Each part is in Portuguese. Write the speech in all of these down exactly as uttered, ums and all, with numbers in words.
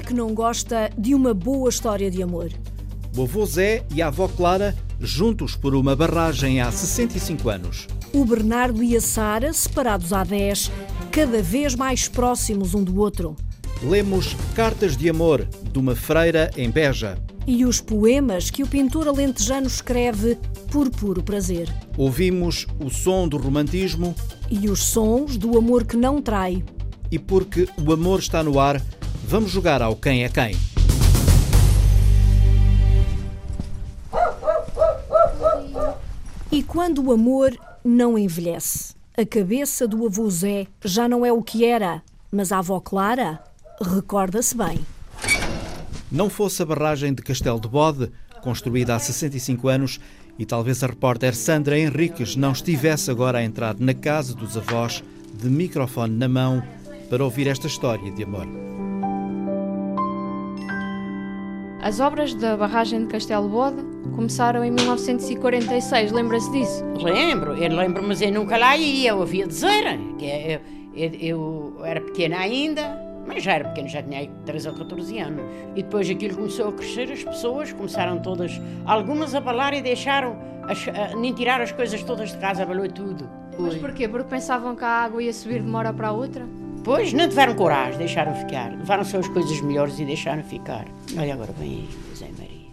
que não gosta de uma boa história de amor? O avô Zé e a avó Clara, juntos por uma barragem há sessenta e cinco anos. O Bernardo e a Sara, separados há dez, cada vez mais próximos um do outro. Lemos Cartas de Amor, de uma freira em Beja. E os poemas que o pintor alentejano escreve por puro prazer. Ouvimos o som do romantismo. E os sons do amor que não trai. E porque o amor está no ar, vamos jogar ao Quem é Quem. E quando o amor não envelhece? A cabeça do avô Zé já não é o que era, mas a avó Clara recorda-se bem. Não fosse a barragem de Castelo de Bode, construída há sessenta e cinco anos, e talvez a repórter Sandra Henriques não estivesse agora a entrar na casa dos avós, de microfone na mão, para ouvir esta história de amor. As obras da barragem de Castelo de Bode começaram em mil novecentos e quarenta e seis, lembra-se disso? Lembro, eu lembro, mas eu nunca lá ia, eu ouvia dizer, que eu, eu, eu era pequena ainda, mas já era pequena, já tinha treze ou catorze anos. E depois aquilo começou a crescer, as pessoas começaram todas, algumas a balar e deixaram, as, a, nem tirar as coisas todas de casa, abalou tudo. Mas porquê? Porque pensavam que a água ia subir de uma hora para a outra? Pois, não tiveram coragem, deixaram ficar. Levaram só as coisas melhores e deixaram ficar. Olha, agora vem aí, José Maria.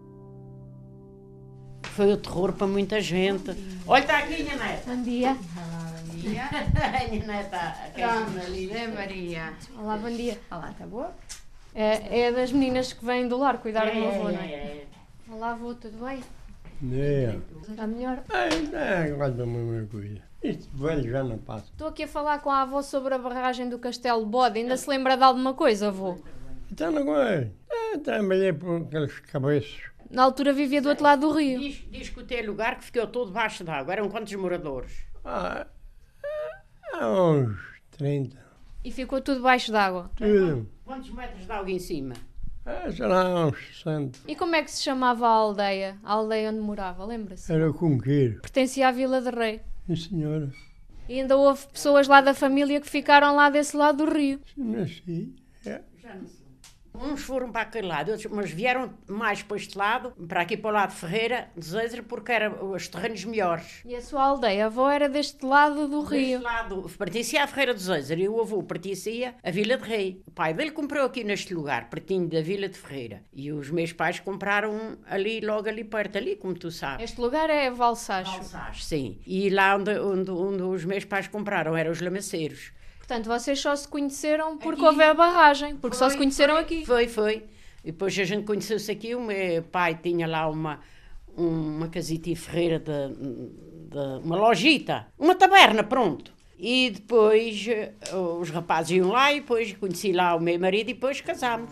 Foi o terror para muita gente. Olha, está aqui a minha neta. Bom dia. Olá, bom dia. A minha neta, Pronto, José Maria. Olá, bom dia. Olá, está boa? É, é das meninas que vêm do lar cuidar do meu avô, não é? é. Olá, avô, tudo bem? É. Está melhor? É, guarda uma minha coisa. Isto velho já não passa. Estou aqui a falar com a avó sobre a barragem do Castelo de Bode. Ainda se lembra de alguma coisa, avô? Então não é. É, trabalhei por aqueles cabeças. Na altura vivia do outro lado do rio. Diz, diz que o teu lugar que ficou todo debaixo d'água. Eram quantos moradores? Ah, há uns trinta. E ficou tudo debaixo d'água. Tudo. Quantos metros de água em cima? Ah, sei lá, uns sessenta. E como é que se chamava a aldeia? A aldeia onde morava, lembra-se? Era o Conqueiro. Pertencia à Vila de Rei. Sim, senhora. E ainda houve pessoas lá da família que ficaram lá desse lado do rio. Nasci. É. Uns foram para aquele lado, outros, mas vieram mais para este lado, para aqui para o lado de Ferreira, de Zezer, porque eram os terrenos melhores. E a sua aldeia, a avó, era deste lado do rio. Deste lado, pertencia à Ferreira de Zezer e o avô pertencia à Vila de Rei. O pai dele comprou aqui neste lugar, pertinho da Vila de Ferreira. E os meus pais compraram ali, logo ali perto, ali, como tu sabes. Este lugar é Valsacho. Valsacho, sim. E lá onde, onde, onde os meus pais compraram eram os lamaceiros. Portanto, vocês só se conheceram porque Aqui. houve a barragem, porque Foi, só se conheceram foi, aqui. Foi, foi. E depois a gente conheceu-se aqui, o meu pai tinha lá uma, uma casita em Ferreira, de, de uma lojita, uma taberna, pronto. E depois uh, os rapazes iam lá e depois conheci lá o meu marido e depois casámos.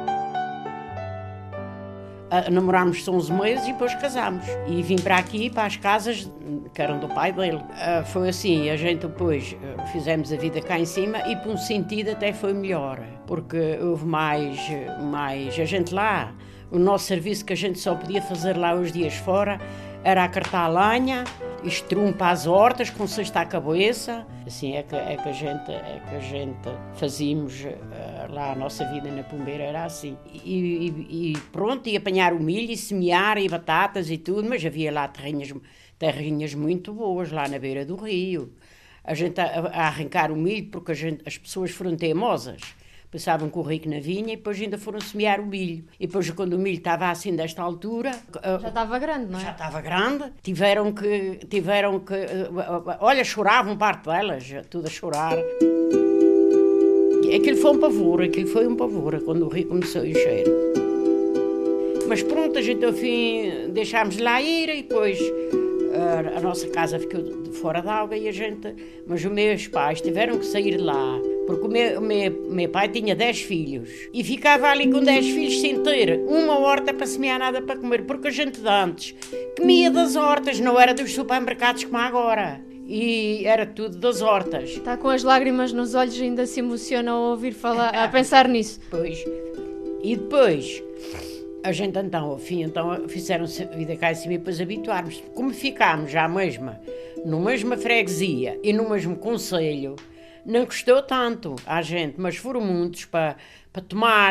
Uh, namorámos só uns meses e depois casámos. E vim para aqui, para as casas que eram do pai dele. Uh, foi assim, a gente depois uh, fizemos a vida cá em cima e por um sentido até foi melhor. Porque houve mais, mais a gente lá, o nosso serviço que a gente só podia fazer lá os dias fora era acartar a lenha, estrume para as hortas com cesta à cabeça. Assim é que, é que, a, gente, é que a gente fazíamos uh, lá a nossa vida na Pombeira, era assim. E, e, e pronto, e apanhar o milho e semear e batatas e tudo, mas havia lá terrinhas, terrinhas muito boas lá na beira do rio. A gente a, a arrancar o milho porque a gente, as pessoas foram teimosas. Pensavam que o rico não vinha e depois ainda foram semear o milho. E depois, quando o milho estava assim desta altura... Já estava grande, não é? Já estava grande. Tiveram que... Tiveram que olha, choravam parte delas, tudo a chorar. Aquilo foi um pavor, aquilo foi um pavor, quando o rio começou a encher. Mas pronto, a gente ao fim deixámos de lá ir e depois a, a nossa casa ficou fora d'água e a gente... Mas os meus pais tiveram que sair de lá. Porque o meu, o meu, meu pai tinha dez filhos e ficava ali com dez filhos sem ter uma horta para semear, nada para comer, porque a gente de antes comia das hortas, não era dos supermercados como agora. E era tudo das hortas. Está com as lágrimas nos olhos e ainda se emociona ao ouvir falar, a pensar nisso. Pois. E depois, a gente então, ao fim, então, fizeram-se a vida cá em cima e depois habituámos. Como ficámos já mesma, na mesma freguesia e no mesmo concelho, não custou tanto à gente, mas foram muitos para, para tomar,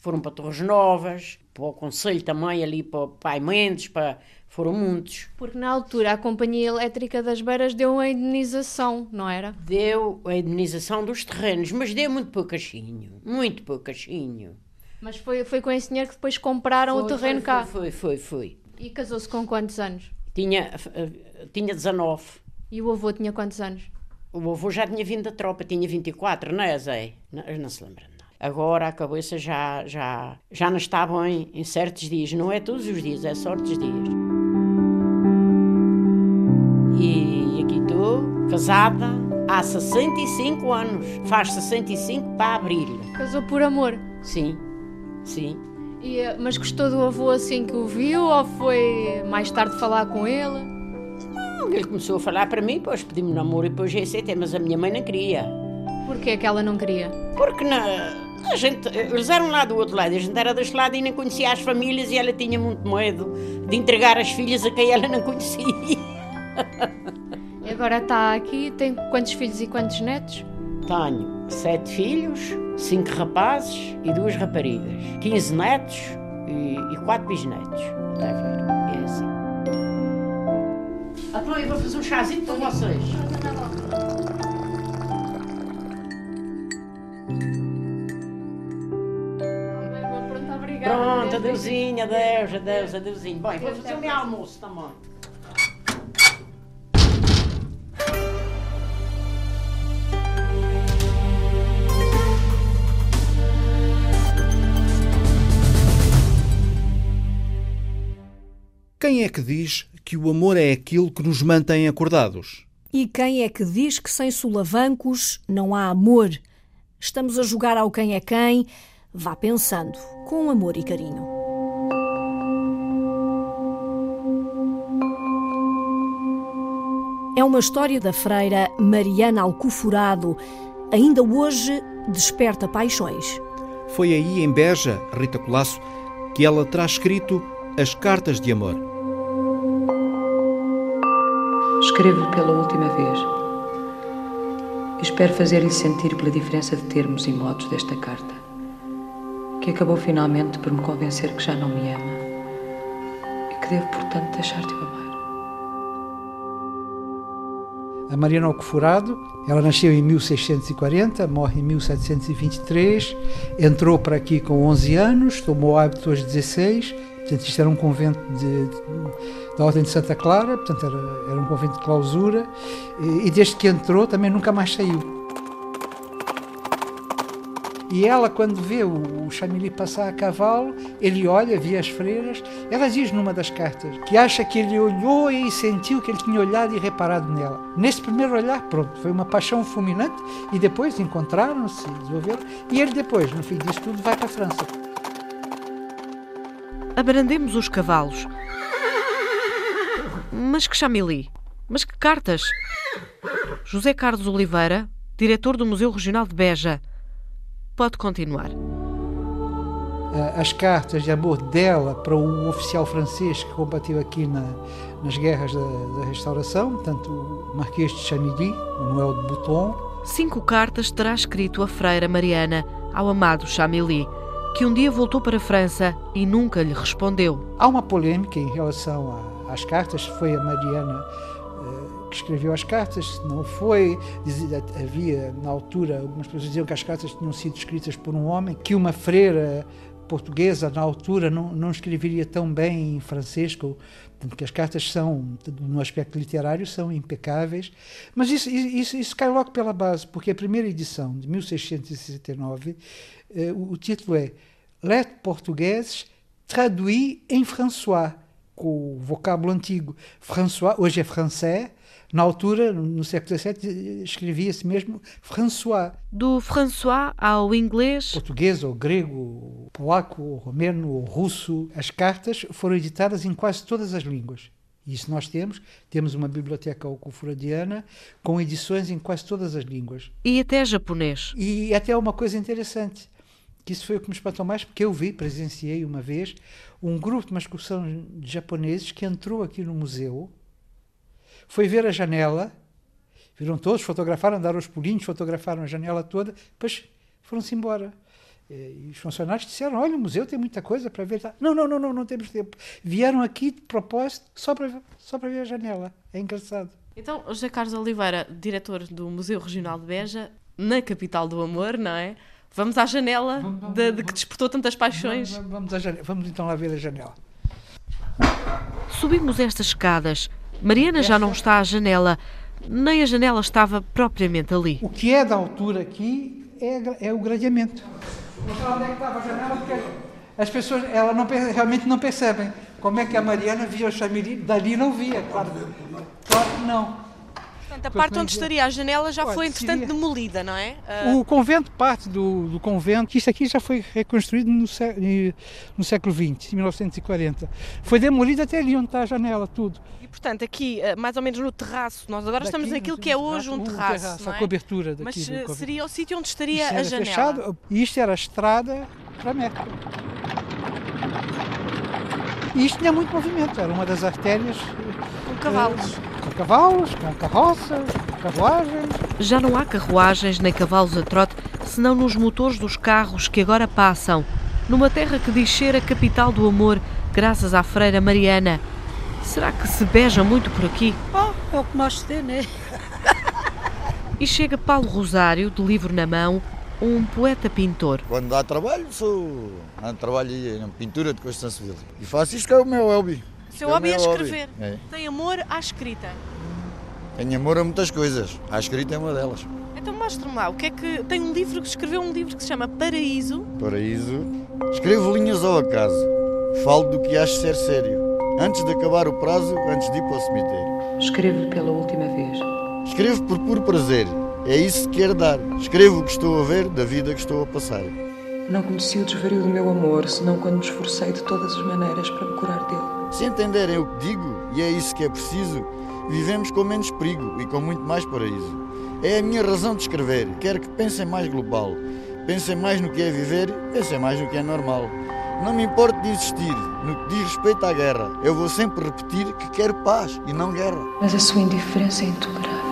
foram para Torres Novas, para o Conselho também, ali para Pai Mendes, para... foram muitos. Porque na altura a Companhia Elétrica das Beiras deu uma indenização, não era? Deu a indenização dos terrenos, mas deu muito poucachinho, muito poucachinho. Mas foi, foi com esse dinheiro que depois compraram Foi, o terreno foi, cá. Foi, foi, foi. E casou-se com quantos anos? Tinha, uh, tinha dezanove. E o avô tinha quantos anos? O avô já tinha vindo da tropa, tinha vinte e quatro, não é, Zé? Não, não se lembra nada. Agora a cabeça já, já, já não está bem em certos dias. Não é todos os dias, é certos dias. E aqui estou, casada, há sessenta e cinco anos. Faz sessenta e cinco para abril. Casou por amor? Sim, sim. E, mas gostou do avô assim que o viu ou foi mais tarde falar com ele? Não, ele começou a falar para mim, depois pediu-me namoro e depois já aceitei, mas a minha mãe não queria. Porquê é que ela não queria? Porque na, a gente, eles eram lá do outro lado, a gente era deste lado e não conhecia as famílias e ela tinha muito medo de entregar as filhas a quem ela não conhecia. E agora está aqui, tem quantos filhos e quantos netos? Tenho sete filhos, cinco rapazes e duas raparigas, quinze netos e, e quatro bisnetos. Está a ver? É assim. Então eu vou fazer um chazinho para vocês. Pronto, obrigada. Pronto, adeusinho, adeus, adeus, adeusinho. Bem, vou fazer o meu almoço também. Quem é que diz que o amor é aquilo que nos mantém acordados? E quem é que diz que sem solavancos não há amor? Estamos a jogar ao quem é quem? Vá pensando, com amor e carinho. É uma história da freira Mariana Alcoforado. Ainda hoje desperta paixões. Foi aí, em Beja, Rita Colasso, que ela terá escrito as cartas de amor. Escrevo-lhe pela última vez. Espero fazer-lhe sentir pela diferença de termos e modos desta carta, que acabou finalmente por me convencer que já não me ama e que devo, portanto, deixar-te amar. A Mariana Alcoforado, ela nasceu em mil seiscentos e quarenta, morre em mil setecentos e vinte e três, entrou para aqui com onze anos, tomou hábito aos dezesseis, portanto isto era um convento de, de, da Ordem de Santa Clara, portanto era, era um convento de clausura, e, e desde que entrou também nunca mais saiu. E ela, quando vê o, o Chamilly passar a cavalo, ele olha, vê as freiras, ela diz numa das cartas que acha que ele olhou e sentiu que ele tinha olhado e reparado nela. Nesse primeiro olhar, pronto, foi uma paixão fulminante e depois encontraram-se, desenvolveram, e ele depois, no fim disso tudo, vai para a França. Abrandemos os cavalos. Mas que Chamilly? Mas que cartas? José Carlos Oliveira, diretor do Museu Regional de Beja. Pode continuar. As cartas de amor dela para um oficial francês que combateu aqui na, nas guerras da, da Restauração, portanto, o Marquês de Chamilly, o Manuel de Bouton. Cinco cartas terá escrito a freira Mariana ao amado Chamilly, que um dia voltou para a França e nunca lhe respondeu. Há uma polêmica em relação a, às cartas. Foi a Mariana uh, que escreveu as cartas, não foi. Dizia, havia, na altura, algumas pessoas diziam que as cartas tinham sido escritas por um homem, que uma freira portuguesa, na altura, não, não escreveria tão bem em francês, porque as cartas são, no aspecto literário, são impecáveis. Mas isso, isso, isso cai logo pela base, porque a primeira edição, de mil seiscentos e sessenta e nove, eh, o, o título é Lettres portugueses traduits em François, com o vocábulo antigo François, hoje é francês. Na altura, no século dezassete, escrevia-se mesmo François. Do François ao inglês... Português, ou grego, ou polaco, ou romeno, ou russo. As cartas foram editadas em quase todas as línguas. Isso nós temos. Temos uma biblioteca alcoforadiana com edições em quase todas as línguas. E até japonês. E até uma coisa interessante, que isso foi o que me espantou mais, porque eu vi, presenciei uma vez, um grupo de uma excursão de japoneses que entrou aqui no museu, foi ver a janela, viram todos, fotografaram, andaram os pulinhos, fotografaram a janela toda, depois foram-se embora. E os funcionários disseram, olha, o museu tem muita coisa para ver. Não, não, não, não, não temos tempo. Vieram aqui de propósito só para, só para ver a janela. É engraçado. Então, José Carlos Oliveira, diretor do Museu Regional de Beja, na capital do amor, não é? Vamos à janela vamos, vamos, de, de que despertou tantas paixões. Vamos, vamos, à janela. Vamos então lá ver a janela. Subimos estas escadas. Mariana Esta... já não está à janela, nem a janela estava propriamente ali. O que é da altura aqui é, é o gradeamento. Não sei onde é que estava a janela, porque as pessoas ela não, realmente não percebem como é que a Mariana via o Chamiri. Dali não via, claro, claro que não. Portanto, a parte onde estaria a janela já Olha, foi, entretanto, seria... demolida, não é? Uh... O convento, parte do, do convento, isto aqui já foi reconstruído no, sé... no século vinte, em mil novecentos e quarenta. Foi demolido até ali onde está a janela, tudo. E, portanto, aqui, mais ou menos no terraço, nós agora daqui, estamos naquilo que é hoje um terraço, terraço não é? A cobertura daqui. Mas do seria o sítio onde estaria isto a era janela. Fechado, e isto era a estrada para Meca. E isto tinha muito movimento, era uma das artérias... Com cavalos. Com cavalos, com carroças, carruagens. Já não há carruagens nem cavalos a trote, senão nos motores dos carros que agora passam, numa terra que diz ser a capital do amor, graças à freira Mariana. Será que se beija muito por aqui? Oh, é o que nós se tem, né? E chega Paulo Rosário, de livro na mão, um poeta-pintor. Quando dá trabalho, sou... trabalho em pintura de construção civil. E faço isto que é o meu hobby. O seu hobby é escrever. É. Tem amor à escrita. Tenho amor a muitas coisas. A escrita é uma delas. Então mostre-me lá. O que é que... Tem um livro que escreveu um livro que se chama Paraíso. Paraíso. Escrevo linhas ao acaso. Falo do que acho ser sério. Antes de acabar o prazo, antes de ir para o cemitério. Escrevo pela última vez. Escrevo por puro prazer. É isso que quero dar. Escrevo o que estou a ver da vida que estou a passar. Não conheci o desvario do meu amor, senão quando me esforcei de todas as maneiras para me curar dele. Se entenderem o que digo, e é isso que é preciso, vivemos com menos perigo e com muito mais paraíso. É a minha razão de escrever. Quero que pensem mais global. Pensem mais no que é viver, pensem mais no que é normal. Não me importo de existir no que diz respeito à guerra. Eu vou sempre repetir que quero paz e não guerra. Mas a sua indiferença é intolerável.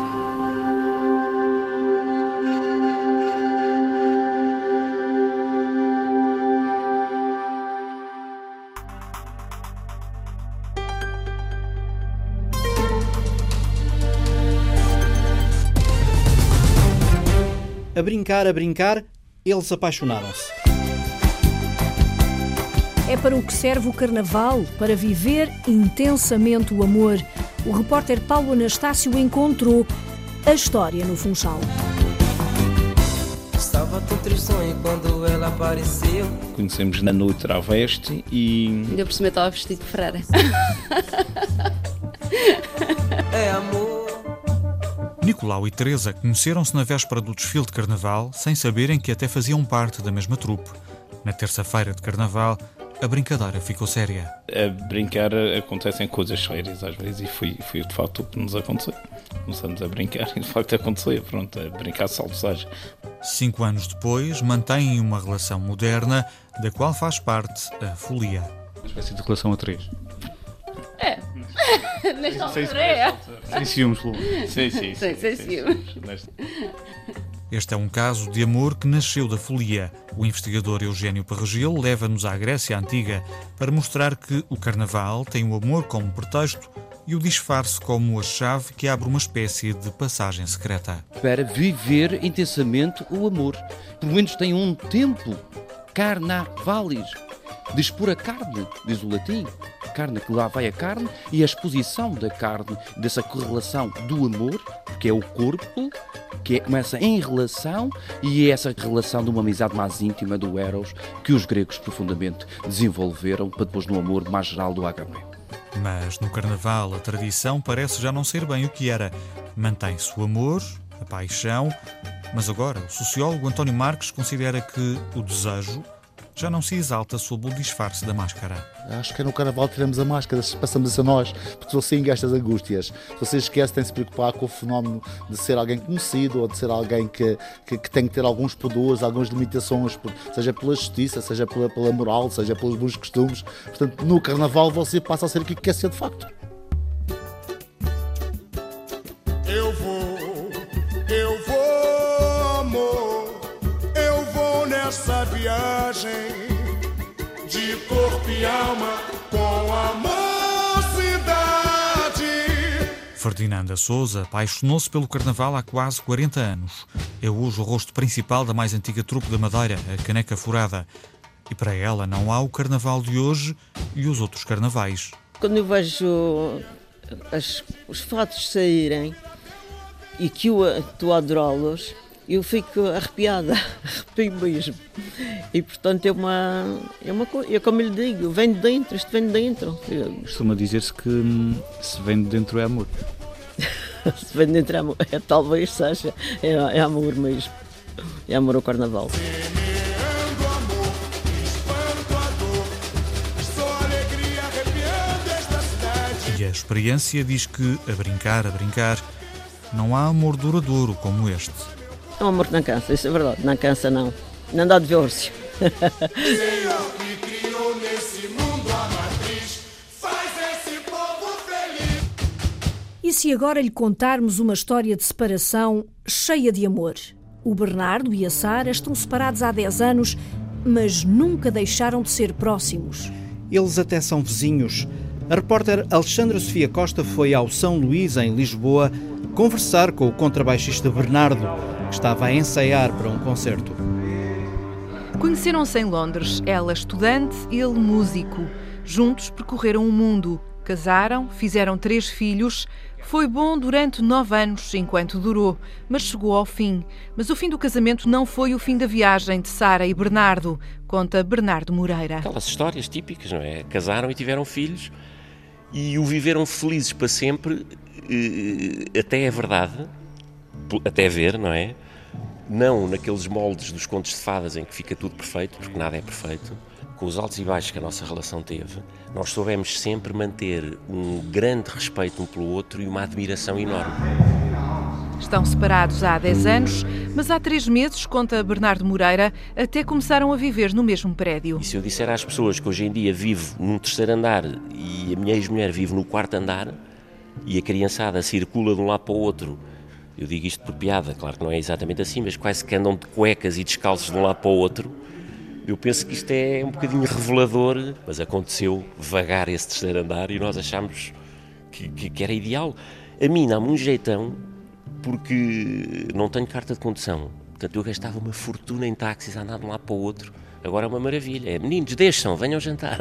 A brincar, a brincar, eles apaixonaram-se. É para o que serve o Carnaval, para viver intensamente o amor. O repórter Paulo Anastácio encontrou a história no Funchal. Estava tão tristonho quando ela apareceu. Conhecemos na noite travesti e... Ainda por cima estava vestido de freira. É amor. Nicolau e Teresa conheceram-se na véspera do desfile de Carnaval, sem saberem que até faziam parte da mesma trupe. Na terça-feira de Carnaval, a brincadeira ficou séria. A brincar acontecem coisas sérias às vezes e foi, foi de facto o que nos aconteceu. Começamos a brincar e de facto aconteceu, pronto, a brincar de salvagem. Cinco anos depois, mantêm uma relação moderna, da qual faz parte a folia. Uma espécie de relação a três. É. Nesta altura é. Sem ciúmes, Lu. Sim, sim. Sem, sem ciúmes. Este é um caso de amor que nasceu da folia. O investigador Eugénio Parregil leva-nos à Grécia Antiga para mostrar que o Carnaval tem o amor como pretexto e o disfarce como a chave que abre uma espécie de passagem secreta. Para viver intensamente o amor. Pelo menos tem um tempo. Carnavalis. De expor a carne, diz o latim. Carne, que lá vai a carne, e a exposição da carne, dessa correlação do amor, que é o corpo, que é, começa em relação, e é essa relação de uma amizade mais íntima do Eros, que os gregos profundamente desenvolveram para depois no amor mais geral do Agamemnon. Mas no Carnaval a tradição parece já não ser bem o que era. Mantém-se o amor, a paixão, mas agora o sociólogo António Marques considera que o desejo já não se exalta sob o disfarce da máscara. Acho que é no Carnaval que tiramos a máscara, passamos a nós, porque se você engasga estas angústias, se você esquece, tem de se preocupar com o fenómeno de ser alguém conhecido ou de ser alguém que, que, que tem que ter alguns pudores, algumas limitações, seja pela justiça, seja pela, pela moral, seja pelos bons costumes. Portanto, no Carnaval você passa a ser aquilo que quer ser de facto. Eu vou, eu vou, amor, eu vou nessa vida. viagem de corpo e alma com a mocidade. Ferdinanda Sousa apaixonou-se pelo carnaval há quase quarenta anos. É hoje o rosto principal da mais antiga trupe da Madeira, a Caneca Furada. E para ela não há o carnaval de hoje e os outros carnavais. Quando eu vejo as, os fatos saírem e que eu estou a adorá-los, eu fico arrepiada, arrepio mesmo. E portanto é uma, é uma coisa, é como lhe digo, vem de dentro, isto vem de dentro. Costuma dizer-se que hum, se vem de dentro é amor. Se vem de dentro é amor, é, talvez seja, é, é amor mesmo, é amor ao carnaval. E a experiência diz que, a brincar, a brincar, não há amor duradouro como este. É um amor que não cansa, isso é verdade, não cansa não, não dá divórcio. E se agora lhe contarmos uma história de separação cheia de amor? O Bernardo e a Sara estão separados há dez anos, mas nunca deixaram de ser próximos. Eles até são vizinhos. A repórter Alexandra Sofia Costa foi ao São Luís, em Lisboa, conversar com o contrabaixista Bernardo, que estava a ensaiar para um concerto. Conheceram-se em Londres, ela estudante, ele músico. Juntos percorreram o mundo, casaram, fizeram três filhos. Foi bom durante nove anos, enquanto durou, mas chegou ao fim. Mas o fim do casamento não foi o fim da viagem de Sara e Bernardo, conta Bernardo Moreira. Aquelas histórias típicas, não é? Casaram e tiveram filhos e o viveram felizes para sempre, até é verdade, até ver, não é? Não naqueles moldes dos contos de fadas em que fica tudo perfeito, porque nada é perfeito. Com os altos e baixos que a nossa relação teve, nós soubemos sempre manter um grande respeito um pelo outro e uma admiração enorme. Estão separados há dez anos, mas há três meses, conta Bernardo Moreira, até começaram a viver no mesmo prédio. E se eu disser às pessoas que hoje em dia vivo num terceiro andar e a minha ex-mulher vive no quarto andar e a criançada circula de um lado para o outro, eu digo isto por piada, claro que não é exatamente assim, mas quase que andam de cuecas e descalços de um lado para o outro, eu penso que isto é um bocadinho revelador, mas aconteceu vagar esse terceiro andar e nós achámos que, que, que era ideal. A mim dá-me um jeitão, porque não tenho carta de condução, portanto eu gastava uma fortuna em táxis a andar de um lado para o outro. Agora é uma maravilha, é meninos, deixam, venham jantar.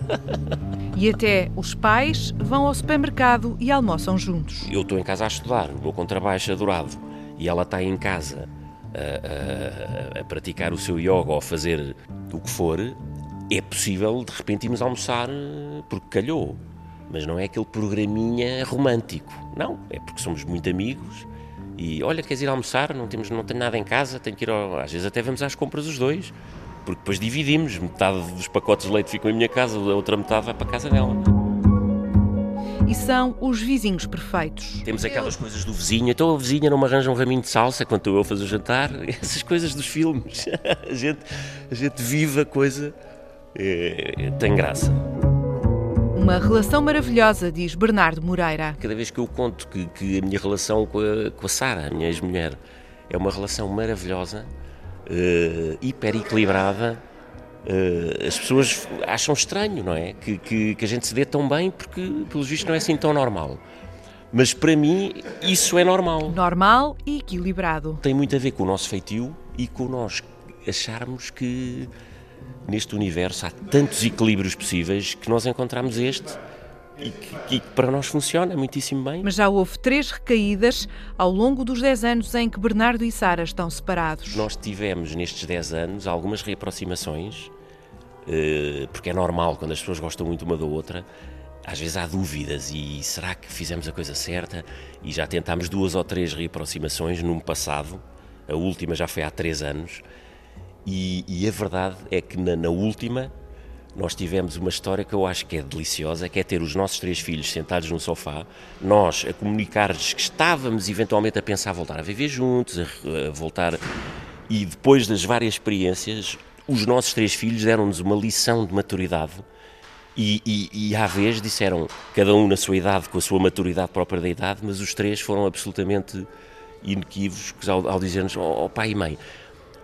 E até os pais vão ao supermercado e almoçam juntos. Eu estou em casa a estudar, o meu contrabaixo adorado, e ela está em casa a, a, a praticar o seu yoga ou a fazer o que for. É possível de repente irmos almoçar porque calhou, mas não é aquele programinha romântico, não, é porque somos muito amigos e olha, queres ir almoçar, não, temos, não tenho nada em casa, tenho que ir ao... às vezes até vamos às compras os dois, porque depois dividimos, metade dos pacotes de leite ficam em minha casa, a outra metade vai para a casa dela. E são os vizinhos perfeitos. Temos aquelas coisas do vizinho, então a vizinha não me arranja um raminho de salsa quando estou eu a fazer o jantar, essas coisas dos filmes, a gente, a gente vive a coisa, é, tem graça. Uma relação maravilhosa, diz Bernardo Moreira. Cada vez que eu conto que, que a minha relação com a, com a Sara, a minha ex-mulher, é uma relação maravilhosa, Uh, hiper equilibrada, uh, as pessoas acham estranho, não é? Que, que, que a gente se dê tão bem, porque pelos vistos não é assim tão normal. Mas para mim isso é normal. Normal e equilibrado. Tem muito a ver com o nosso feitio e com nós acharmos que neste universo há tantos equilíbrios possíveis que nós encontramos este e que, que para nós funciona muitíssimo bem. Mas já houve três recaídas ao longo dos dez anos em que Bernardo e Sara estão separados. Nós tivemos nestes dez anos algumas reaproximações, porque é normal quando as pessoas gostam muito uma da outra, às vezes há dúvidas e será que fizemos a coisa certa? E já tentámos duas ou três reaproximações no passado, a última já foi há três anos, e, e a verdade é que na, na última nós tivemos uma história que eu acho que é deliciosa, que é ter os nossos três filhos sentados no sofá, nós a comunicar-lhes que estávamos eventualmente a pensar voltar a viver juntos, a, a voltar... E depois das várias experiências, os nossos três filhos deram-nos uma lição de maturidade e, e, e à vez disseram, cada um na sua idade, com a sua maturidade própria da idade, mas os três foram absolutamente inequívocos ao, ao dizer-nos, oh, oh pai e mãe,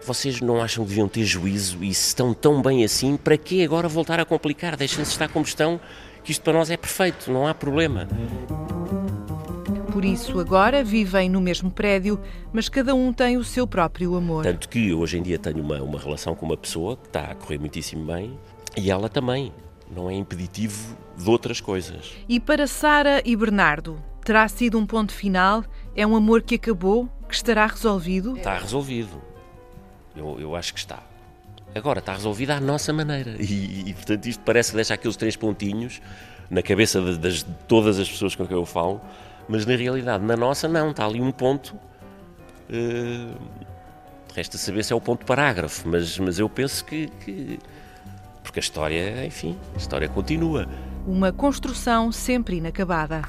vocês não acham que deviam ter juízo e se estão tão bem assim, para que agora voltar a complicar? Deixem-se estar como estão, que isto para nós é perfeito, não há problema. Por isso, agora vivem no mesmo prédio, mas cada um tem o seu próprio amor. Tanto que eu hoje em dia tenho uma, uma relação com uma pessoa que está a correr muitíssimo bem e ela também. Não é impeditivo de outras coisas. E para Sara e Bernardo, terá sido um ponto final? É um amor que acabou, que estará resolvido? Está resolvido. Eu, eu acho que está. Agora, está resolvido à nossa maneira. E, e, portanto, isto parece que deixa aqueles três pontinhos na cabeça de, de, de todas as pessoas com quem eu falo, mas na realidade, na nossa, não. Está ali um ponto. Uh, resta saber se é o ponto parágrafo, mas, mas eu penso que, que... Porque a história, enfim, a história continua. Uma construção sempre inacabada.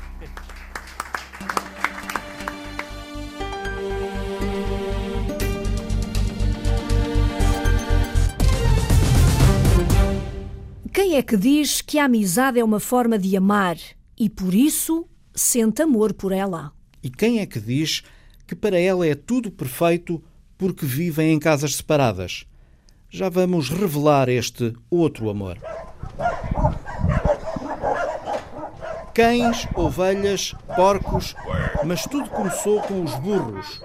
Quem é que diz que a amizade é uma forma de amar e, por isso, sente amor por ela? E quem é que diz que para ela é tudo perfeito porque vivem em casas separadas? Já vamos revelar este outro amor. Cães, ovelhas, porcos, mas tudo começou com os burros.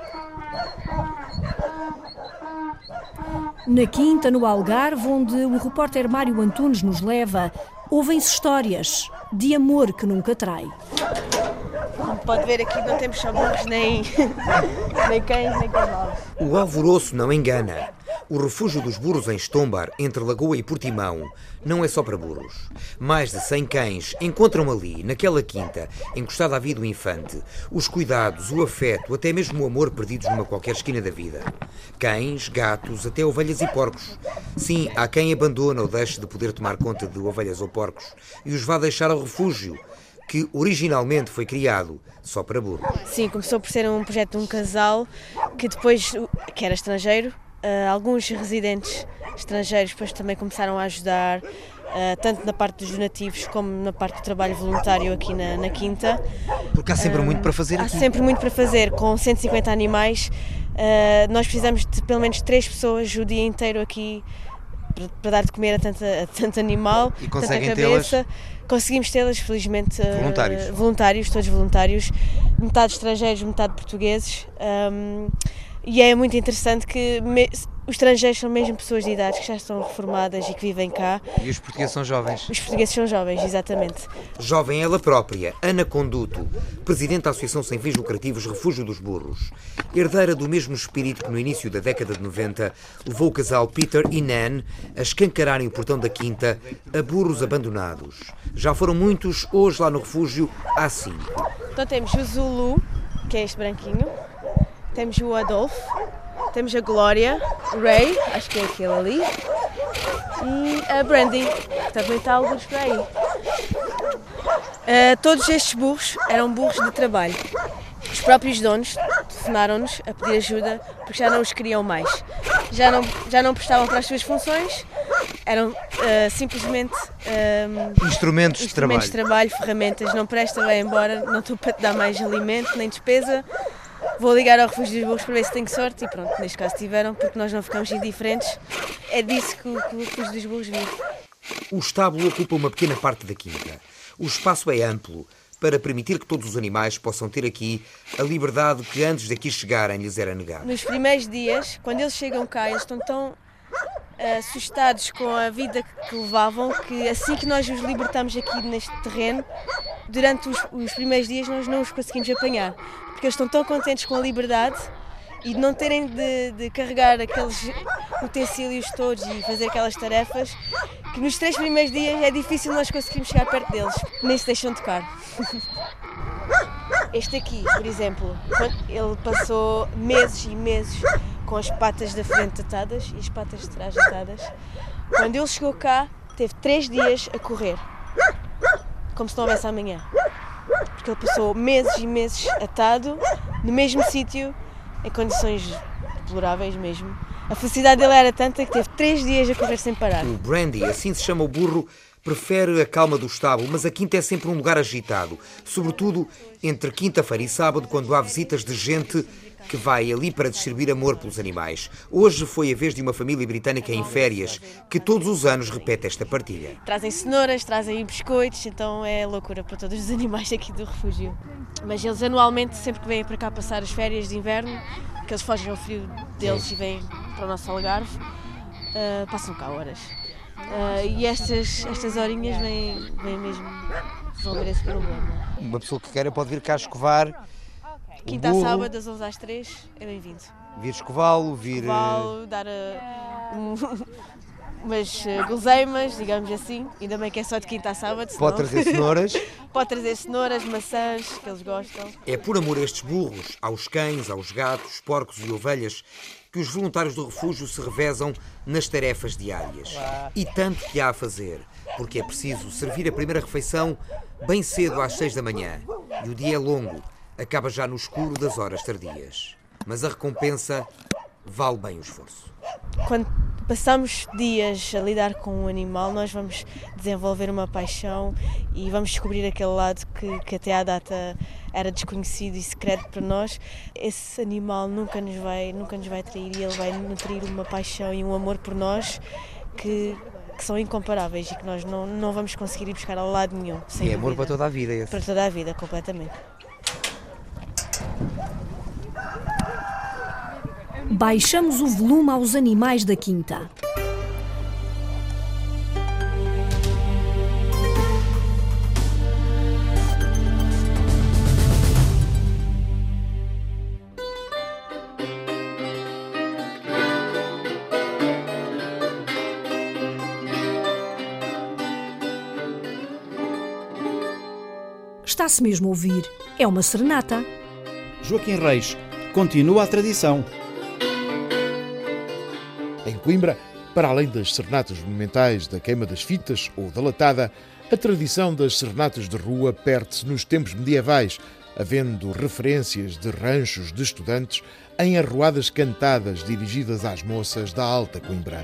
Na quinta, no Algarve, onde o repórter Mário Antunes nos leva, ouvem-se histórias de amor que nunca trai. Como pode ver, aqui não temos só burros, nem, nem cães, nem cavalos. O alvoroço não engana. O refúgio dos burros em Estombar, entre Lagoa e Portimão, não é só para burros. Mais de cem cães encontram ali, naquela quinta, encostada à vida do infante, os cuidados, o afeto, até mesmo o amor perdidos numa qualquer esquina da vida. Cães, gatos, até ovelhas e porcos. Sim, há quem abandona ou deixe de poder tomar conta de ovelhas ou porcos e os vá deixar ao refúgio, que originalmente foi criado só para burros. Sim, começou por ser um projeto de um casal que depois, que era estrangeiro, Uh, alguns residentes estrangeiros depois também começaram a ajudar, uh, tanto na parte dos donativos como na parte do trabalho voluntário aqui na, na quinta. Porque há sempre uh, muito para fazer há aqui. Há sempre muito para fazer, com cento e cinquenta animais. Uh, nós precisamos de pelo menos três pessoas o dia inteiro aqui para, para dar de comer a, tanta, a tanto animal, e tanta cabeça. Conseguimos tê-las, felizmente, voluntários. Uh, voluntários, todos voluntários, metade estrangeiros, metade portugueses. Um, E é muito interessante que me, os estrangeiros são mesmo pessoas de idade que já estão reformadas e que vivem cá. E os portugueses são jovens. Os portugueses são jovens, exatamente. Jovem ela própria, Ana Conduto, presidente da Associação Sem Fins Lucrativos Refúgio dos Burros. Herdeira do mesmo espírito que no início da década de noventa levou o casal Peter e Nan a escancararem o portão da quinta a burros abandonados. Já foram muitos, hoje lá no refúgio há cinco. Então temos o Zulu, que é este branquinho. Temos o Adolfo, temos a Glória, o Ray, acho que é aquele ali, e a Brandy, que também está alguns por aí. Uh, todos estes burros eram burros de trabalho. Os próprios donos telefonaram-nos a pedir ajuda porque já não os queriam mais. Já não, já não prestavam para as suas funções, eram uh, simplesmente uh, instrumentos, instrumentos de trabalho. de trabalho, ferramentas. Não presta, vai embora, não estou para te dar mais alimento nem despesa. Vou ligar ao refúgio dos burros para ver se tenho sorte e pronto, neste caso tiveram, porque nós não ficamos indiferentes. É disso que o, que o refúgio dos burros vive. O estábulo ocupa uma pequena parte da quinta. O espaço é amplo para permitir que todos os animais possam ter aqui a liberdade que antes daqui chegarem lhes era negada. Nos primeiros dias, quando eles chegam cá, eles estão tão assustados com a vida que levavam que assim que nós os libertamos aqui neste terreno, durante os, os primeiros dias nós não os conseguimos apanhar. Porque eles estão tão contentes com a liberdade e de não terem de, de carregar aqueles utensílios todos e fazer aquelas tarefas, que nos três primeiros dias é difícil nós conseguirmos chegar perto deles, nem se deixam tocar. Este aqui, por exemplo, ele passou meses e meses com as patas da frente atadas e as patas de trás atadas. Quando ele chegou cá, teve três dias a correr, como se não houvesse amanhã. Porque ele passou meses e meses atado, no mesmo sítio, em condições deploráveis mesmo. A felicidade dele era tanta que teve três dias a correr sem parar. O Brandy, assim se chama o burro, prefere a calma do estábulo, mas a quinta é sempre um lugar agitado, sobretudo entre quinta-feira e sábado, quando há visitas de gente que vai ali para distribuir amor pelos animais. Hoje foi a vez de uma família britânica em férias, que todos os anos repete esta partilha. Trazem cenouras, trazem biscoitos, então é loucura para todos os animais aqui do refúgio. Mas eles anualmente, sempre que vêm para cá passar as férias de inverno, que eles fogem ao frio deles e vêm para o nosso Algarve, uh, passam cá horas. Uh, e estas, estas horinhas vêm, vêm mesmo resolver esse problema. Uma pessoa que queira pode vir cá escovar. Quinta a sábado, das onze às três, é bem-vindo. Vir escová-lo, vir... Escová-lo, dar uh, um, umas uh, guloseimas, digamos assim. Ainda bem que é só de quinta a sábado. Senão... Pode trazer cenouras. Pode trazer cenouras, maçãs, que eles gostam. É por amor a estes burros, aos cães, aos gatos, porcos e ovelhas, que os voluntários do refúgio se revezam nas tarefas diárias. E tanto que há a fazer, porque é preciso servir a primeira refeição bem cedo às seis da manhã. E o dia é longo, acaba já no escuro das horas tardias. Mas a recompensa vale bem o esforço. Quando passamos dias a lidar com um animal, nós vamos desenvolver uma paixão e vamos descobrir aquele lado que, que até à data era desconhecido e secreto para nós. Esse animal nunca nos vai, nunca nos vai trair e ele vai nutrir uma paixão e um amor por nós que, que são incomparáveis e que nós não, não vamos conseguir ir buscar a lado nenhum. E é amor para toda a vida. Esse. Para toda a vida, completamente. Baixamos o volume aos animais da quinta. Está-se mesmo a ouvir. É uma serenata. Joaquim Reis, continua a tradição. Em Coimbra, para além das serenatas monumentais da queima das fitas ou da latada, a tradição das serenatas de rua perde-se nos tempos medievais, havendo referências de ranchos de estudantes em arruadas cantadas dirigidas às moças da Alta Coimbra.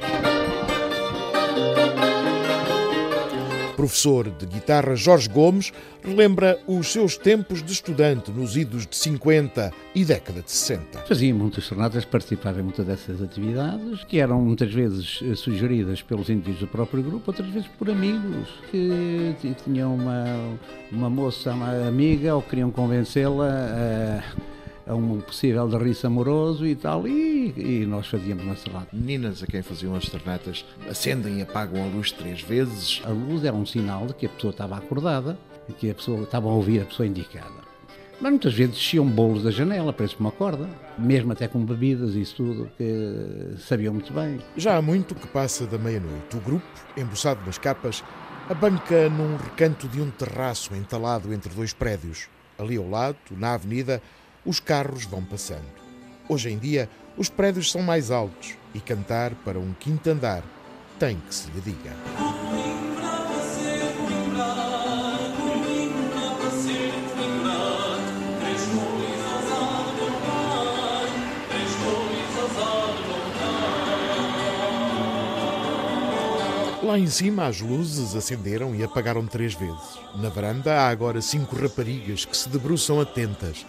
Professor de guitarra Jorge Gomes relembra os seus tempos de estudante nos idos de cinquenta e década de sessenta. Fazia muitas serenatas, participava em muitas dessas atividades, que eram muitas vezes sugeridas pelos indivíduos do próprio grupo, outras vezes por amigos, que tinham uma, uma moça, uma amiga, ou queriam convencê-la a... a um possível derriço amoroso e tal, e, e nós fazíamos uma serenata. Meninas a quem faziam as serenatas acendem e apagam a luz três vezes. A luz era um sinal de que a pessoa estava acordada, e que a pessoa estava a ouvir a pessoa indicada. Mas muitas vezes desciam bolos da janela, parece uma corda, mesmo até com bebidas e isso tudo, que sabiam muito bem. Já há muito que passa da meia-noite. O grupo, embuçado nas capas, abanca num recanto de um terraço entalado entre dois prédios. Ali ao lado, na avenida, os carros vão passando. Hoje em dia, os prédios são mais altos e cantar para um quinto andar tem que se lhe diga. Lá em cima as luzes acenderam e apagaram três vezes. Na varanda há agora cinco raparigas que se debruçam atentas.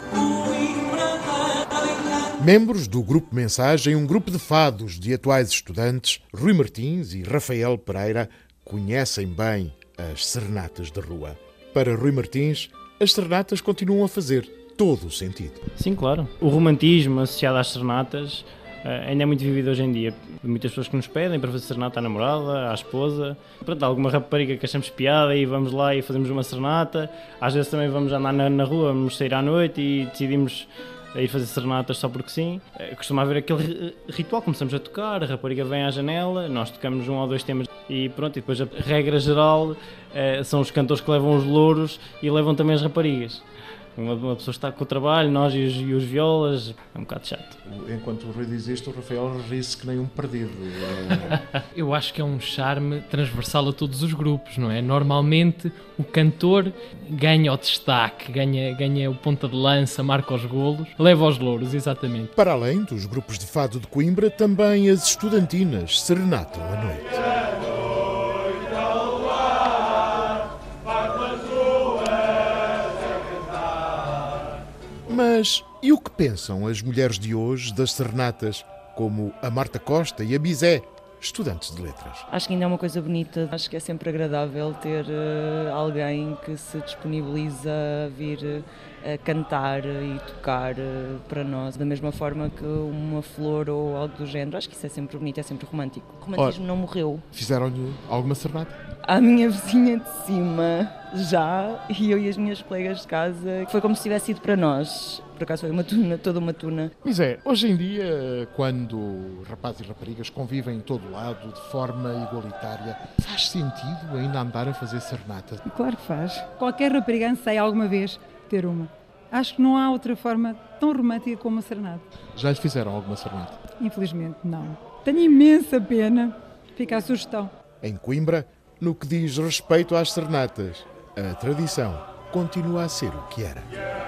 Membros do Grupo Mensagem, um grupo de fados de atuais estudantes, Rui Martins e Rafael Pereira, conhecem bem as serenatas de rua. Para Rui Martins, as serenatas continuam a fazer todo o sentido. Sim, claro. O romantismo associado às serenatas uh, ainda é muito vivido hoje em dia. Muitas pessoas que nos pedem para fazer serenata à namorada, à esposa. Pronto, alguma rapariga que achamos piada e vamos lá e fazemos uma serenata. Às vezes também vamos andar na, na rua, vamos sair à noite e decidimos ir fazer serenatas só porque sim. Costuma haver aquele ritual, começamos a tocar, a rapariga vem à janela, nós tocamos um ou dois temas e pronto, e depois a regra geral eh, são os cantores que levam os louros e levam também as raparigas. Uma, uma pessoa está com o trabalho, nós e os, e os violas, é um bocado chato. Enquanto o Rui diz isto, o Rafael ri-se que nem um perdido. Eu acho que é um charme transversal a todos os grupos, não é? Normalmente o cantor ganha o destaque, ganha, ganha o ponta de lança, marca os golos, leva os louros, exatamente. Para além dos grupos de fado de Coimbra, também as estudantinas serenatam à noite. Mas e o que pensam as mulheres de hoje das serenatas, como a Marta Costa e a Bizé, estudantes de letras? Acho que ainda é uma coisa bonita, acho que é sempre agradável ter uh, alguém que se disponibiliza a vir uh, a cantar e tocar uh, para nós, da mesma forma que uma flor ou algo do género. Acho que isso é sempre bonito, é sempre romântico. O romantismo Ora, não morreu. Fizeram-lhe alguma serenata? À minha vizinha de cima, já, e eu e as minhas colegas de casa, foi como se tivesse ido para nós. Por acaso foi uma tuna, toda uma tuna. Mas é, hoje em dia, quando rapazes e raparigas convivem em todo lado, de forma igualitária, faz sentido ainda andar a fazer serenata? Claro que faz. Qualquer rapariga anseia alguma vez ter uma. Acho que não há outra forma tão romântica como a serenata. Já lhe fizeram alguma serenata? Infelizmente, não. Tenho imensa pena. Fica a sugestão. Em Coimbra, no que diz respeito às serenatas, a tradição continua a ser o que era.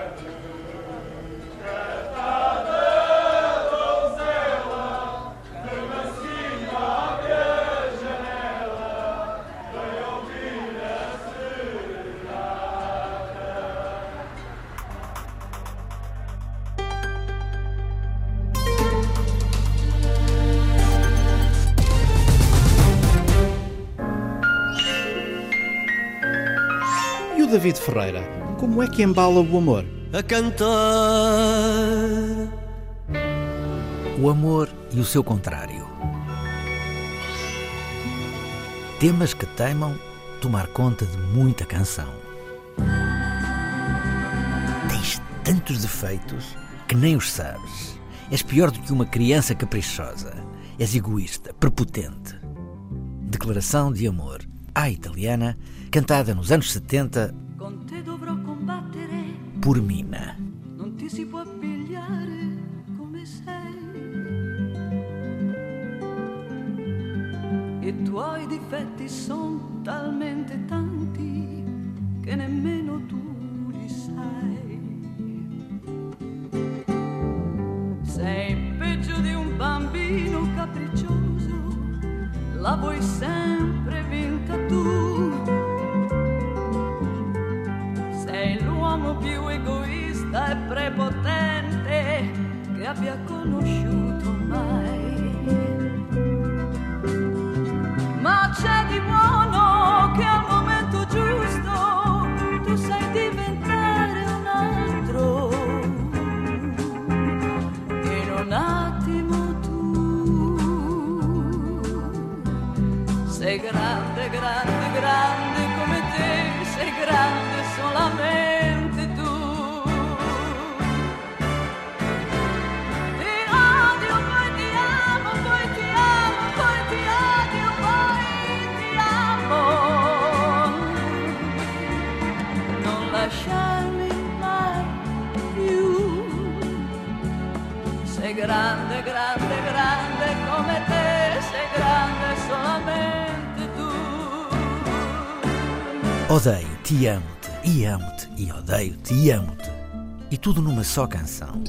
David Ferreira, como é que embala o amor? A cantar. O amor e o seu contrário. Temas que teimam tomar conta de muita canção. Tens tantos defeitos que nem os sabes. És pior do que uma criança caprichosa. És egoísta, prepotente. Declaração de amor à italiana, cantada nos anos setenta por Mina. Non ti si può pigliare come sei. I tuoi difetti son talmente tanti che nemmeno tu li sai. Sei peggio di un bambino capriccioso, la vuoi sempre vinta tu. Sei l'uomo più egoista e prepotente che abbia conosciuto mai. Ma c'è di buono che al momento giusto tu sai diventare un altro. In un attimo tu sei grande, grande, grande come te, sei grande solamente tu. Ti odio, poi ti amo, poi ti amo, poi ti odio, poi ti amo. Non lasciarmi mai più. Sei grande, grande, grande come te, sei grande solamente tu. Odeio, te amo-te, e amo-te, e odeio-te, e amo-te. E tudo numa só canção.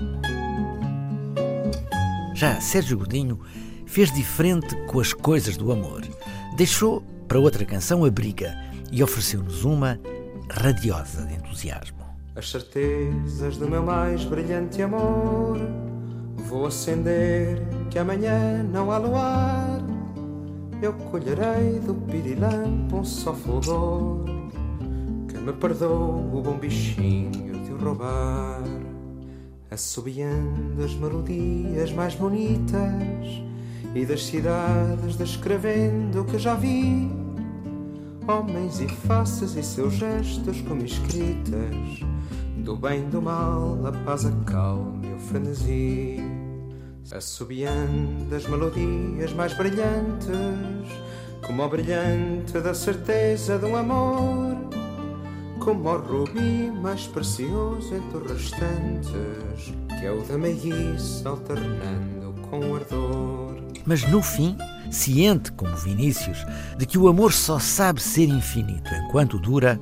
Já Sérgio Godinho fez diferente com as coisas do amor. Deixou para outra canção a briga e ofereceu-nos uma radiosa de entusiasmo. As certezas do meu mais brilhante amor vou acender, que amanhã não há luar. Eu colherei do pirilampo um só fulgor que me perdoe o bom bichinho de o roubar. Assobiando as melodias mais bonitas e das cidades descrevendo o que já vi, homens e faces e seus gestos como escritas, do bem do mal, a paz, a calma e o frenesi. Assobiando as melodias mais brilhantes, como o brilhante da certeza de um amor, como o rubi mais precioso entre os restantes, que é o da meiguice alternando com o ardor. Mas no fim, ciente como Vinícius de que o amor só sabe ser infinito enquanto dura,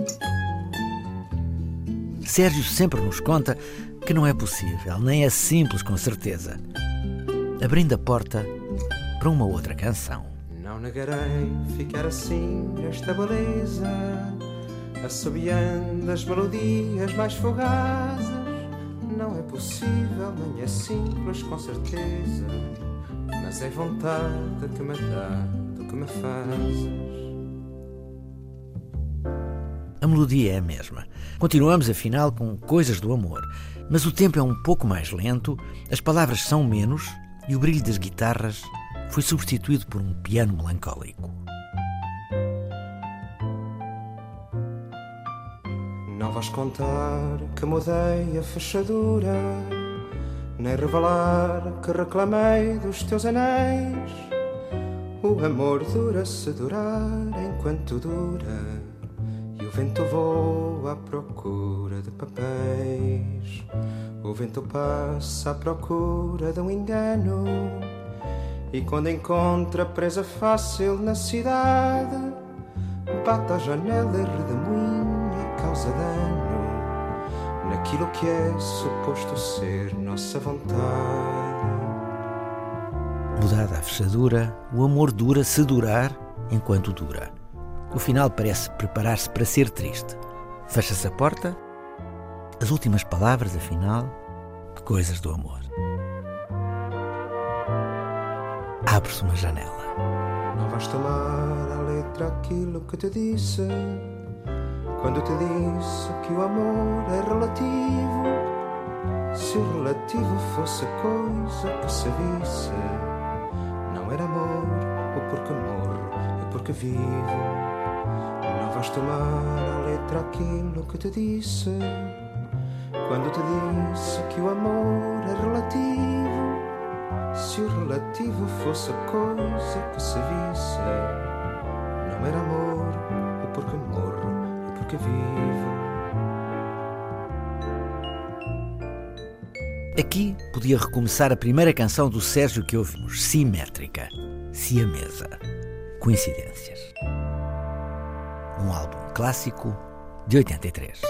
Sérgio sempre nos conta que não é possível, nem é simples com certeza, abrindo a porta para uma outra canção. Não negarei ficar assim nesta beleza, assobiando as melodias mais fugazes, não é possível, nem é simples com certeza, mas é vontade que me dá do que me fazes. A melodia é a mesma. Continuamos, afinal, com Coisas do Amor. Mas o tempo é um pouco mais lento, as palavras são menos e o brilho das guitarras foi substituído por um piano melancólico. Não vais contar que mudei a fechadura, nem revelar que reclamei dos teus anéis. O amor dura se durar enquanto dura, e o vento voa à procura de papéis. O vento passa à procura de um engano, e quando encontra presa fácil na cidade, bate à janela e redemoinha, causa dano naquilo que é suposto ser nossa vontade. Mudada a fechadura, o amor dura se durar enquanto dura. O final parece preparar-se para ser triste. Fecha-se a porta, as últimas palavras, afinal, de Coisas do Amor. Abre-se uma janela. Não vais tomar à letra aquilo que te disse, quando te disse que o amor é relativo. Se o relativo fosse coisa que se visse, não era amor, ou porque morro, é porque vivo. Não vais tomar à letra aquilo que te disse, quando te disse que o amor é relativo. Se o relativo fosse coisa que se visse, não era amor, ou porque morro, ou porque vivo. Aqui podia recomeçar a primeira canção do Sérgio que ouvimos, Simétrica, Siamesa. Coincidências. Um álbum clássico de oitenta e três.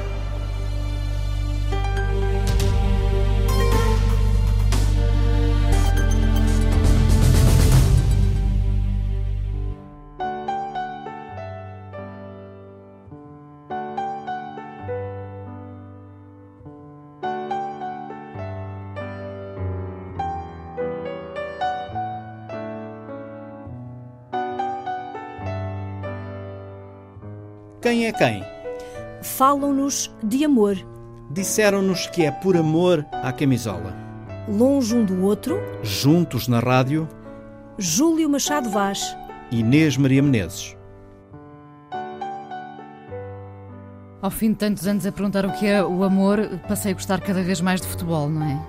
Quem é quem? Falam-nos de amor. Disseram-nos que é por amor à camisola. Longe um do outro. Juntos na rádio. Júlio Machado Vaz. Inês Maria Menezes. Ao fim de tantos anos a perguntar o que é o amor, passei a gostar cada vez mais de futebol, não é?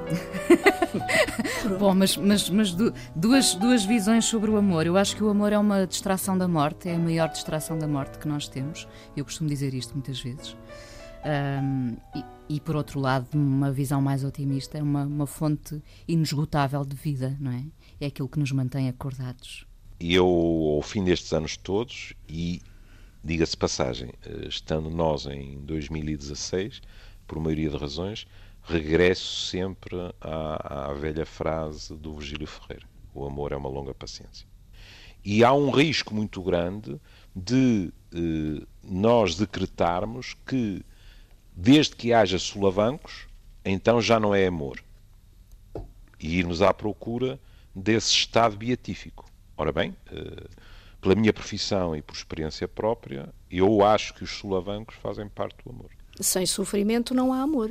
Bom, mas, mas, mas duas, duas visões sobre o amor. Eu acho que o amor é uma distração da morte, é a maior distração da morte que nós temos. Eu costumo dizer isto muitas vezes. Um, e, e por outro lado, uma visão mais otimista, é uma, uma fonte inesgotável de vida, não é? É aquilo que nos mantém acordados. E eu, ao fim destes anos todos, e diga-se passagem, estando nós em dois mil e dezasseis, por maioria de razões, regresso sempre à, à velha frase do Virgílio Ferreira: o amor é uma longa paciência. E há um risco muito grande de eh, nós decretarmos que, desde que haja solavancos, então já não é amor. E irmos à procura desse estado beatífico. Ora bem, eh, pela minha profissão e por experiência própria, eu acho que os solavancos fazem parte do amor. Sem sofrimento não há amor.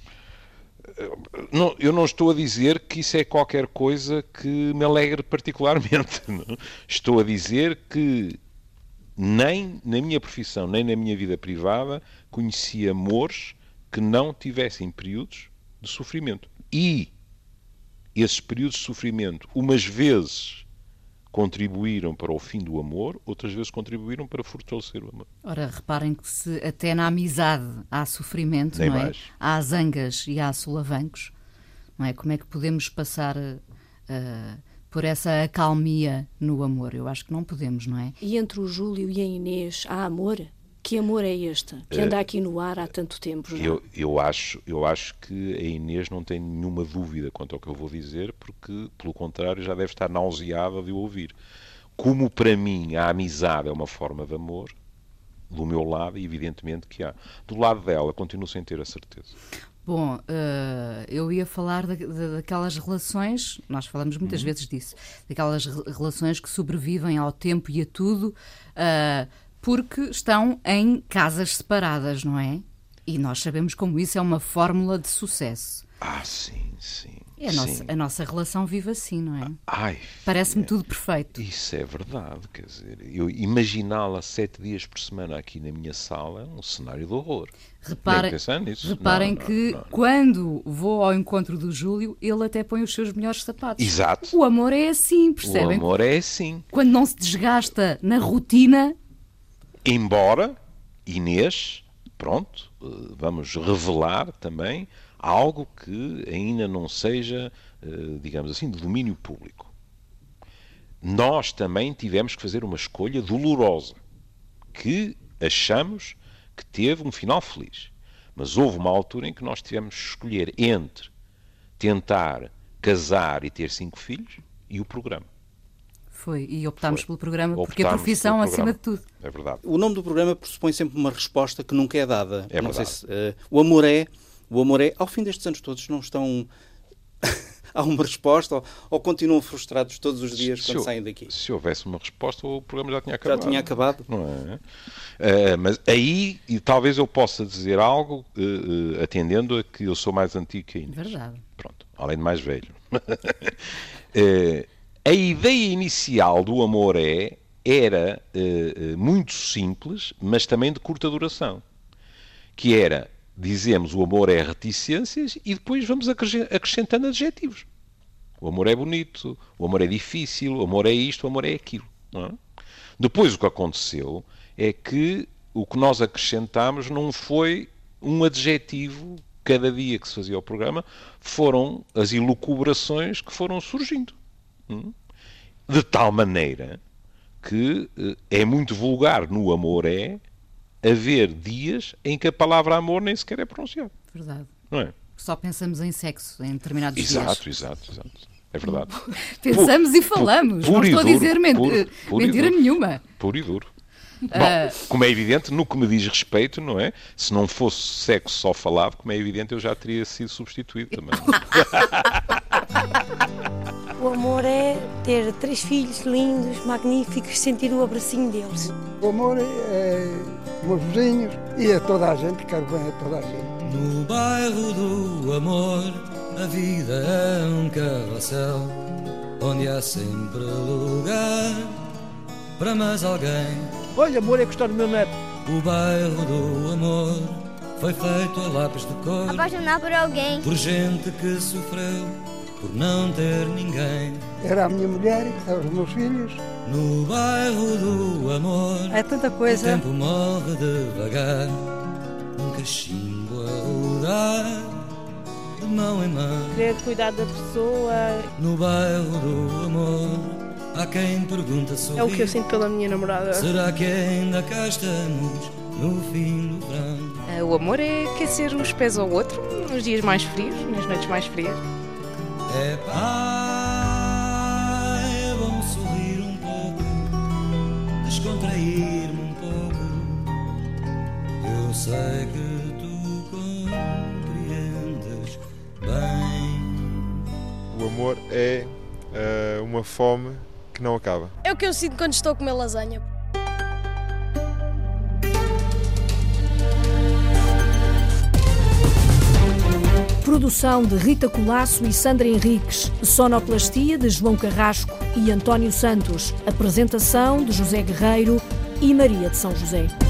Não, eu não estou a dizer que isso é qualquer coisa que me alegre particularmente. Não? Estou a dizer que nem na minha profissão, nem na minha vida privada, conheci amores que não tivessem períodos de sofrimento. E esses períodos de sofrimento, umas vezes contribuíram para o fim do amor, outras vezes contribuíram para fortalecer o amor. Ora, reparem que se até na amizade há sofrimento, Nem não é? mais. Há zangas e há solavancos, não é? Como é que podemos passar uh, por essa acalmia no amor? Eu acho que não podemos, não é? E entre o Júlio e a Inês há amor? Que amor é este? Que anda aqui no ar há tanto tempo já. Eu, eu, acho, eu acho que a Inês não tem nenhuma dúvida quanto ao que eu vou dizer, porque, pelo contrário, já deve estar nauseada de o ouvir. Como, para mim, a amizade é uma forma de amor, do meu lado, e evidentemente que há. Do lado dela, continuo sem ter a certeza. Bom, uh, eu ia falar da, da, daquelas relações, nós falamos muitas uhum. vezes disso, daquelas re- relações que sobrevivem ao tempo e a tudo, uh, porque estão em casas separadas, não é? E nós sabemos como isso é uma fórmula de sucesso. Ah, sim, sim. E a, sim. Nossa, a nossa relação vive assim, não é? Ai, parece-me é, tudo perfeito. Isso é verdade, quer dizer, eu imaginá-la sete dias por semana aqui na minha sala é um cenário de horror. Reparem, reparem não, que não, não. quando vou ao encontro do Júlio, ele até põe os seus melhores sapatos. Exato. O amor é assim, percebem? O amor é assim. Quando não se desgasta na rotina. Embora, Inês, pronto, vamos revelar também algo que ainda não seja, digamos assim, de domínio público. Nós também tivemos que fazer uma escolha dolorosa, que achamos que teve um final feliz. Mas houve uma altura em que nós tivemos que escolher entre tentar casar e ter cinco filhos e o programa. Foi, e optámos Foi. pelo programa, optámos porque a profissão acima de tudo. É verdade. O nome do programa pressupõe sempre uma resposta que nunca é dada. É não verdade. Sei se, uh, o amor é, o amor é, ao fim destes anos todos não estão... Há uma resposta ou, ou continuam frustrados todos os dias se, quando se saem daqui? Se houvesse uma resposta, o programa já tinha acabado. Já tinha acabado. Não é? Uh, mas aí, e talvez eu possa dizer algo, uh, uh, atendendo a que eu sou mais antigo que a Inês. Verdade. Pronto, além de mais velho. uh, a ideia inicial do Amor é, era uh, uh, muito simples, mas também de curta duração. Que era... Dizemos o amor é reticências e depois vamos acrescentando adjetivos. O amor é bonito, o amor é difícil, o amor é isto, o amor é aquilo. Não é? Depois o que aconteceu é que o que nós acrescentámos não foi um adjetivo cada dia que se fazia o programa, foram as elucubrações que foram surgindo. De tal maneira que é muito vulgar no amor é haver dias em que a palavra amor nem sequer é pronunciada. Verdade. Não é? Só pensamos em sexo em determinados exato, dias. Exato, exato, exato. É verdade. Pensamos pur, e falamos. Pur, não pur estou duro, a dizer ment pur, pur mentira duro. nenhuma. Puro e duro. Uh... Bom, como é evidente, no que me diz respeito, não é? Se não fosse sexo só falado, como é evidente, eu já teria sido substituído também. O amor é ter três filhos lindos, magníficos, sentir o abracinho deles. O amor é meus vizinhos e a toda a gente, quero bem a toda a gente. No bairro do amor, a vida é um carrossel, onde há sempre lugar para mais alguém. Olha, amor, é gostar do meu neto. O bairro do amor foi feito a lápis de cor, apaixonar por alguém, por gente que sofreu por não ter ninguém. Era a minha mulher e eram os meus filhos. No bairro do amor é tanta coisa. O tempo morre devagar, um cachimbo a rodar de mão em mão. Querer cuidar da pessoa. No bairro do amor há quem pergunta sobre. É o que eu sinto pela minha namorada. Será que ainda cá estamos no fim do verão? O amor é aquecer os pés ao outro nos dias mais frios, nas noites mais frias. É pá, é bom sorrir um pouco, descontrair-me um pouco. Eu sei que tu compreendes bem. O amor é uh, uma fome que não acaba. É o que eu sinto quando estou a comer lasanha. Produção de Rita Colasso e Sandra Henriques. Sonoplastia de João Carrasco e António Santos. Apresentação de José Guerreiro e Maria de São José.